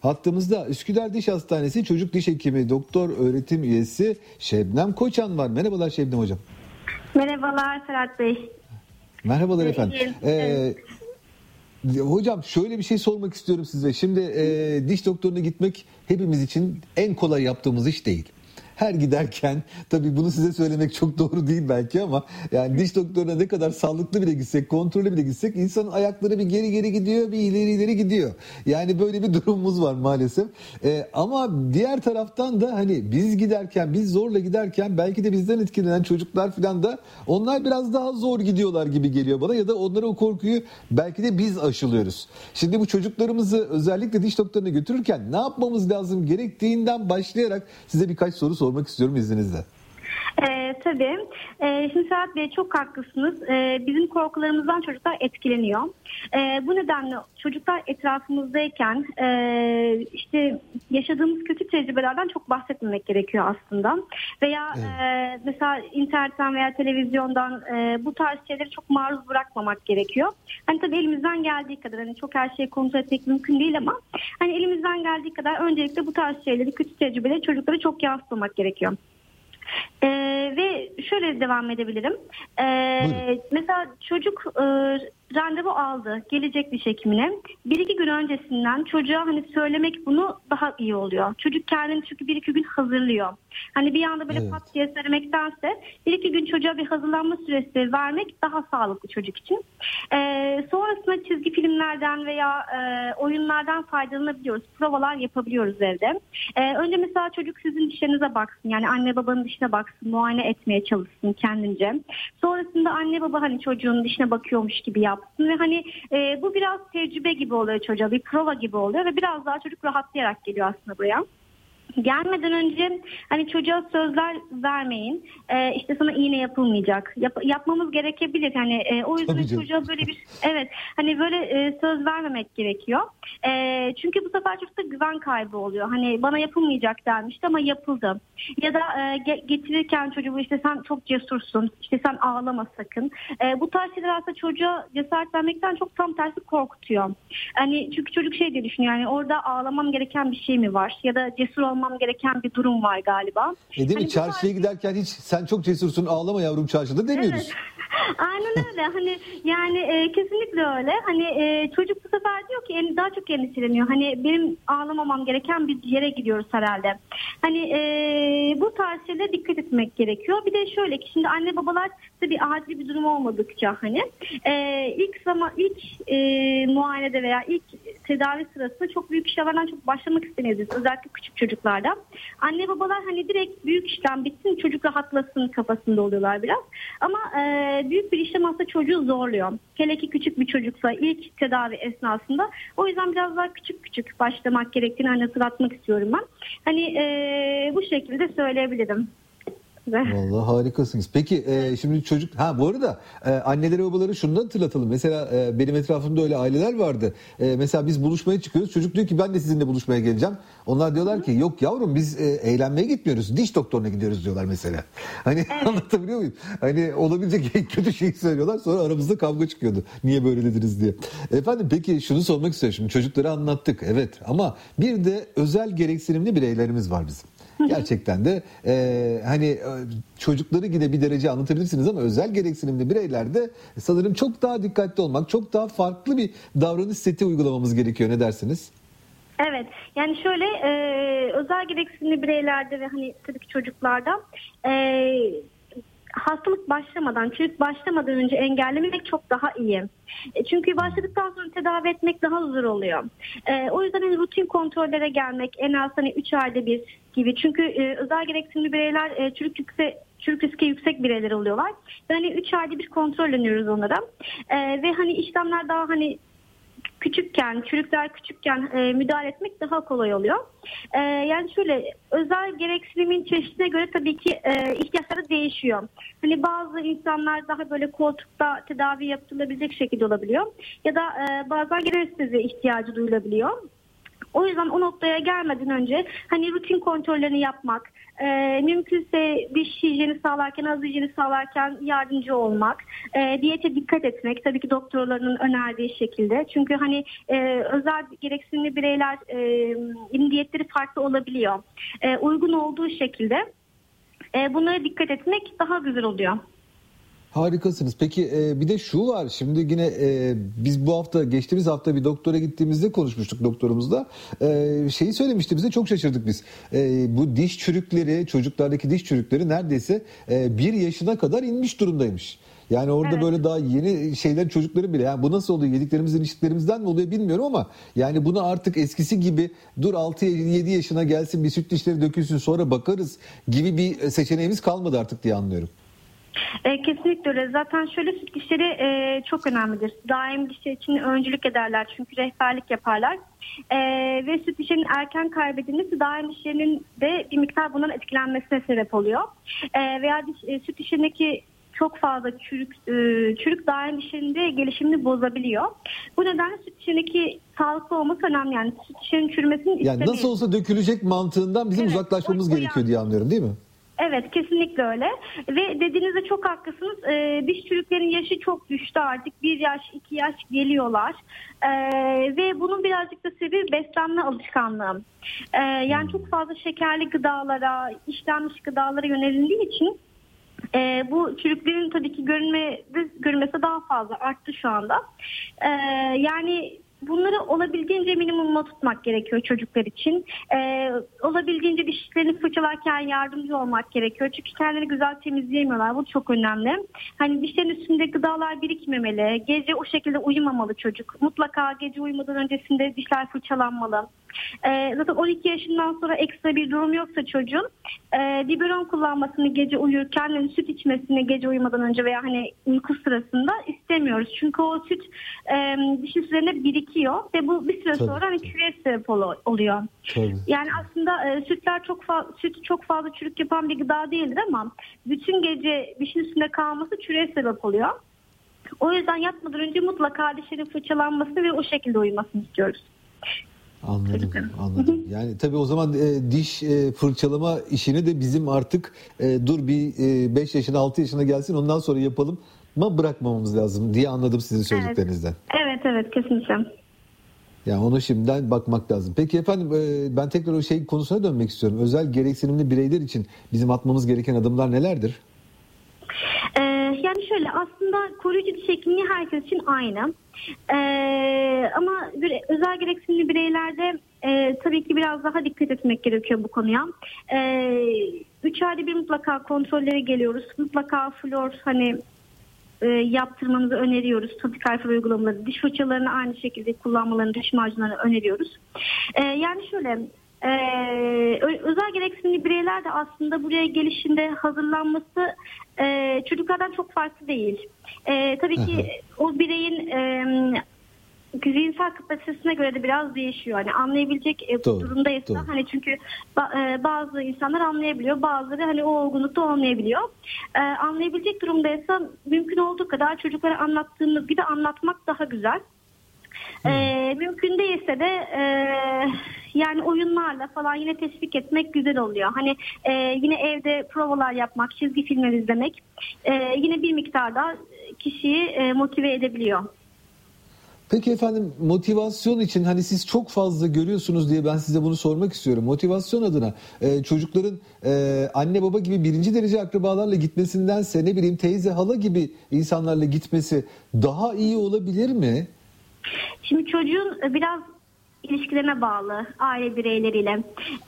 Hattımızda Üsküdar Diş Hastanesi Çocuk Diş Hekimi Doktor Öğretim Üyesi Şebnem Koçan var. Merhabalar Şebnem Hocam. Merhabalar Serhat Bey. Merhabalar efendim. Hocam şöyle bir şey sormak istiyorum size. Şimdi diş doktoruna gitmek hepimiz için en kolay yaptığımız iş değil. Her giderken tabii bunu size söylemek çok doğru değil belki ama yani diş doktoruna ne kadar sağlıklı bile gitsek, kontrollü bile gitsek insanın ayakları bir geri gidiyor, bir ileri gidiyor. Yani böyle bir durumumuz var maalesef. Ama diğer taraftan da hani biz zorla giderken belki de bizden etkilenen çocuklar falan da onlar biraz daha zor gidiyorlar gibi geliyor bana ya da onlara o korkuyu belki de biz aşılıyoruz. Şimdi bu çocuklarımızı özellikle diş doktoruna götürürken ne yapmamız lazım gerektiğinden başlayarak size birkaç soru sormak istiyorum izninizle. Tabii. Şimdi Serhat Bey çok haklısınız. Bizim korkularımızdan çocuklar etkileniyor. Bu nedenle çocuklar etrafımızdayken işte yaşadığımız kötü tecrübelerden çok bahsetmemek gerekiyor aslında. Veya mesela internetten veya televizyondan bu tarz şeyleri çok maruz bırakmamak gerekiyor. Hani tabii elimizden geldiği kadar hani çok her şeyi kontrol etmek mümkün değil ama hani elimizden geldiği kadar öncelikle bu tarz şeyleri, kötü tecrübeleri çocuklara çok yansıtmamak gerekiyor. Ve şöyle devam edebilirim. Mesela çocuk randevu aldı, gelecek diş hekimine. 1-2 gün öncesinden çocuğa hani söylemek bunu daha iyi oluyor. Çocuk kendini çünkü 1-2 gün hazırlıyor. Hani bir anda böyle pat diye söylemektense 1-2 gün çocuğa bir hazırlanma süresi vermek daha sağlıklı çocuk için. Sonrasında çizgi filmlerden veya oyunlardan faydalanabiliyoruz. Provalar yapabiliyoruz evde. Önce mesela çocuk sizin dişlerinize baksın. Yani anne babanın dişine baksın. Muayene etmeye çalışsın kendince. Sonrasında anne baba hani çocuğun dişine bakıyormuş gibi yapsın. Ve hani bu biraz tecrübe gibi oluyor çocuğa. Bir prova gibi oluyor ve biraz daha çocuk rahatlayarak geliyor aslında buraya. Gelmeden önce hani çocuğa sözler vermeyin. İşte sana iğne yapılmayacak. Yapmamız gerekebilir. Hani o yüzden çocuğa böyle bir hani böyle söz vermemek gerekiyor. Çünkü bu sefer çocukta güven kaybı oluyor. Hani bana yapılmayacak denmişti ama yapıldı. Ya da getirirken çocuğu işte sen çok cesursun. İşte sen ağlama sakın. Bu tarz şeyler aslında çocuğa cesaret vermekten çok tam tersi korkutuyor. Hani çünkü çocuk şey diye düşünüyor. Yani orada ağlamam gereken bir şey mi var? Ya da cesur olmam gereken bir durum var galiba. Değil mi? Hani çarşıya giderken hiç sen çok cesursun ağlama yavrum çarşıda demiyoruz. Evet. Aynen öyle. Hani yani kesinlikle öyle. Hani çocuk bu sefer diyor ki daha çok endişeleniyor. Hani benim ağlamamam gereken bir yere gidiyoruz herhalde. Hani bu tarz şeylere dikkat etmek gerekiyor. Bir de şöyle ki şimdi anne babalar tabii acil bir durum olmadıkça hani ilk muayenede veya ilk tedavi sırasında çok büyük işlemlerden çok başlamak istemeyiz. Özellikle küçük çocuklarda. Anne babalar hani direkt büyük işlem bitsin çocuk rahatlasın kafasında oluyorlar biraz. Ama büyük bir işlem aslında çocuğu zorluyor. Hele ki küçük bir çocuksa ilk tedavi esnasında. O yüzden biraz daha küçük başlamak gerektiğini hatırlatmak istiyorum ben. Hani bu şekilde söyleyebilirim. Vallahi harikasınız. Peki şimdi çocuk bu arada anneleri babaları şunu da hatırlatalım. Mesela benim etrafımda öyle aileler vardı. Mesela biz buluşmaya çıkıyoruz. Çocuk diyor ki ben de sizinle buluşmaya geleceğim. Onlar diyorlar ki yok yavrum biz eğlenmeye gitmiyoruz. Diş doktoruna gidiyoruz diyorlar mesela. Hani anlatabiliyor muyum? Hani olabilecek en kötü şeyi söylüyorlar. Sonra aramızda kavga çıkıyordu. Niye böyle dediniz diye. Efendim peki şunu sormak istiyorum. Şimdi çocukları anlattık evet ama bir de özel gereksinimli bireylerimiz var bizim. Gerçekten de hani çocukları yine bir derece anlatabilirsiniz ama özel gereksinimli bireylerde sanırım çok daha dikkatli olmak, çok daha farklı bir davranış seti uygulamamız gerekiyor. Ne dersiniz? Evet. Yani şöyle özel gereksinimli bireylerde ve hani tabii ki çocuklarda hastalık başlamadan, çocuk başlamadan önce engellemek çok daha iyi. Çünkü başladıktan sonra tedavi etmek daha zor oluyor. O yüzden hani rutin kontrollere gelmek en az hani 3 ayda bir gibi. Çünkü özel gereksinimli bireyler çürük riski yüksek bireyler oluyorlar. Yani 3 ayda bir kontrolleniyoruz onlara. Ve hani işlemler daha hani çürükler küçükken müdahale etmek daha kolay oluyor. Yani şöyle özel gereksinimin çeşidine göre tabii ki ihtiyaçları değişiyor. Hani bazı insanlar daha böyle koltukta tedavi yapılabilecek şekilde olabiliyor. Ya da bazen genel anesteziye ihtiyacı duyulabiliyor. O yüzden o noktaya gelmeden önce hani rutin kontrollerini yapmak, mümkünse diş hijyeni sağlarken, ağız hijyeni sağlarken yardımcı olmak, diyete dikkat etmek tabii ki doktorlarının önerdiği şekilde. Çünkü hani özel gereksinimli bireyler diyetleri farklı olabiliyor. Uygun olduğu şekilde bunlara dikkat etmek daha güzel oluyor. Harikasınız. Peki bir de şu var. Şimdi yine biz bu hafta, geçtiğimiz hafta bir doktora gittiğimizde konuşmuştuk doktorumuzla. Şeyi söylemişti bize, çok şaşırdık biz. Bu diş çürükleri, çocuklardaki diş çürükleri neredeyse 1 yaşına kadar inmiş durumdaymış. Yani orada Evet. böyle daha yeni şeyler, çocukların bile, yani bu nasıl oluyor, yediklerimizden içtiklerimizden mi oluyor bilmiyorum ama yani bunu artık eskisi gibi dur 6-7 yaşına gelsin bir süt dişleri dökülsün sonra bakarız gibi bir seçeneğimiz kalmadı artık diye anlıyorum. Kesinlikle öyle. Zaten şöyle, süt dişleri çok önemlidir. Daim dişler için öncülük ederler. Çünkü rehberlik yaparlar. Ve süt dişlerinin erken kaybedilmesi daim dişlerinin de bir miktar bundan etkilenmesine sebep oluyor. Veya süt dişlerindeki çok fazla çürük daim dişlerinde gelişimini bozabiliyor. Bu nedenle süt dişlerindeki sağlıklı olması önemli. Yani süt dişlerinin çürümesini istemeyiz. Yani nasıl olsa dökülecek mantığından bizim uzaklaşmamız gerekiyor diye anlıyorum, değil mi? Evet, kesinlikle öyle. Ve dediğinizde çok haklısınız. Diş çürüklerin yaşı çok düştü artık. 1 yaş, 2 yaş geliyorlar. Ve bunun birazcık da sebebi beslenme alışkanlığı. Yani çok fazla şekerli gıdalara, işlenmiş gıdalara yönelindiği için bu çürüklerin tabii ki görünmesi daha fazla arttı şu anda. Yani bunları olabildiğince minimumda tutmak gerekiyor çocuklar için. Olabildiğince dişlerini fırçalarken yardımcı olmak gerekiyor. Çünkü kendilerini güzel temizleyemiyorlar. Bu çok önemli. Hani dişlerin üstünde gıdalar birikmemeli. Gece o şekilde uyumamalı çocuk. Mutlaka gece uyumadan öncesinde dişler fırçalanmalı. Zaten 12 yaşından sonra ekstra bir durum yoksa çocuğun biberon kullanmasını gece uyurken, yani süt içmesini gece uyumadan önce veya hani uyku sırasında istemiyoruz. Çünkü o süt dişin üzerine birikiyor ve bu bir süre sonra hani çürüye sebep oluyor. Tabii. Yani aslında süt çok fazla çürük yapan bir gıda değildir ama bütün gece dişin üstünde kalması çürüye sebep oluyor. O yüzden yatmadan önce mutlaka dişlerin fırçalanmasını ve o şekilde uyumasını istiyoruz. Anladım. Yani tabii o zaman diş fırçalama işini de bizim artık dur bir 5 yaşına 6 yaşına gelsin ondan sonra yapalım ama bırakmamamız lazım diye anladım sizin söylediklerinizden. Evet kesinlikle. Yani ona şimdiden bakmak lazım. Peki efendim ben tekrar o şey konusuna dönmek istiyorum. Özel gereksinimli bireyler için bizim atmamız gereken adımlar nelerdir? Yani şöyle, aslında koruyucu diş hekimliği herkes için aynı. Ama özel gereksinimli bireylerde tabii ki biraz daha dikkat etmek gerekiyor bu konuya. 3 ayda bir mutlaka kontrollere geliyoruz. Mutlaka flor yaptırmanızı öneriyoruz. Topikal flor uygulamaları, diş fırçalarını aynı şekilde kullanmalarını, diş macunlarını öneriyoruz. Yani şöyle, özel gereksinimli bireyler de aslında buraya gelişinde hazırlanması çocuklardan çok farklı değil. Tabii ki o bireyin zihinsel kapasitesine göre de biraz değişiyor. Hani anlayabilecek durumdaysa, hani çünkü bazı insanlar anlayabiliyor, bazıları hani o olgunlukta olmayabiliyor. Anlayabilecek durumdaysa mümkün olduğu kadar çocuklara anlattığımız gibi anlatmak daha güzel. Mümkün değilse de yani oyunlarla falan yine teşvik etmek güzel oluyor. Hani yine evde provalar yapmak, çizgi filmler izlemek yine bir miktar daha kişiyi motive edebiliyor. Peki efendim, motivasyon için hani siz çok fazla görüyorsunuz diye ben size bunu sormak istiyorum. Motivasyon adına çocukların anne baba gibi birinci derece akrabalarla gitmesindense ne bileyim teyze hala gibi insanlarla gitmesi daha iyi olabilir mi? Şimdi çocuğun biraz ilişkilerine bağlı, aile bireyleriyle.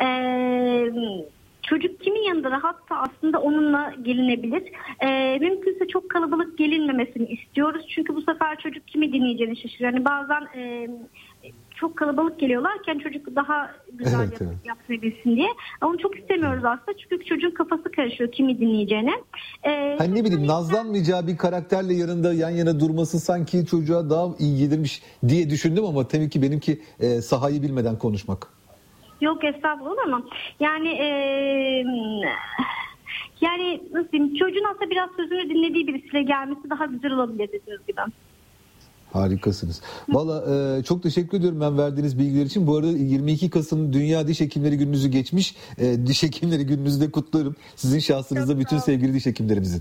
Çocuk kimin yanında rahatsa aslında onunla gelinebilir. Mümkünse çok kalabalık gelinmemesini istiyoruz. Çünkü bu sefer çocuk kimi dinleyeceğini şaşırıyor. Yani bazen çok kalabalık geliyorlarken çocuk daha güzel yapabilsin diye. Onu çok istemiyoruz aslında. Çünkü çocuğun kafası karışıyor kimi dinleyeceğine. Hani ne bileyim, nazlanmayacağı bir karakterle yanında yan yana durması sanki çocuğa daha iyi gelirmiş diye düşündüm ama tabii ki benimki sahayı bilmeden konuşmak. Yok estağfurullah, ama yani yani nasıl diyeyim, çocuğun aslında biraz sözünü dinlediği birisiyle gelmesi daha güzel olabilir dediğiniz gibi. Harikasınız. Valla çok teşekkür ediyorum ben verdiğiniz bilgiler için. Bu arada 22 Kasım Dünya Diş Hekimleri Gününüzü geçmiş. Diş Hekimleri Gününüzü de kutlarım. Sizin şahsınızda Çok bütün sağ olun. sevgili diş hekimlerimizin.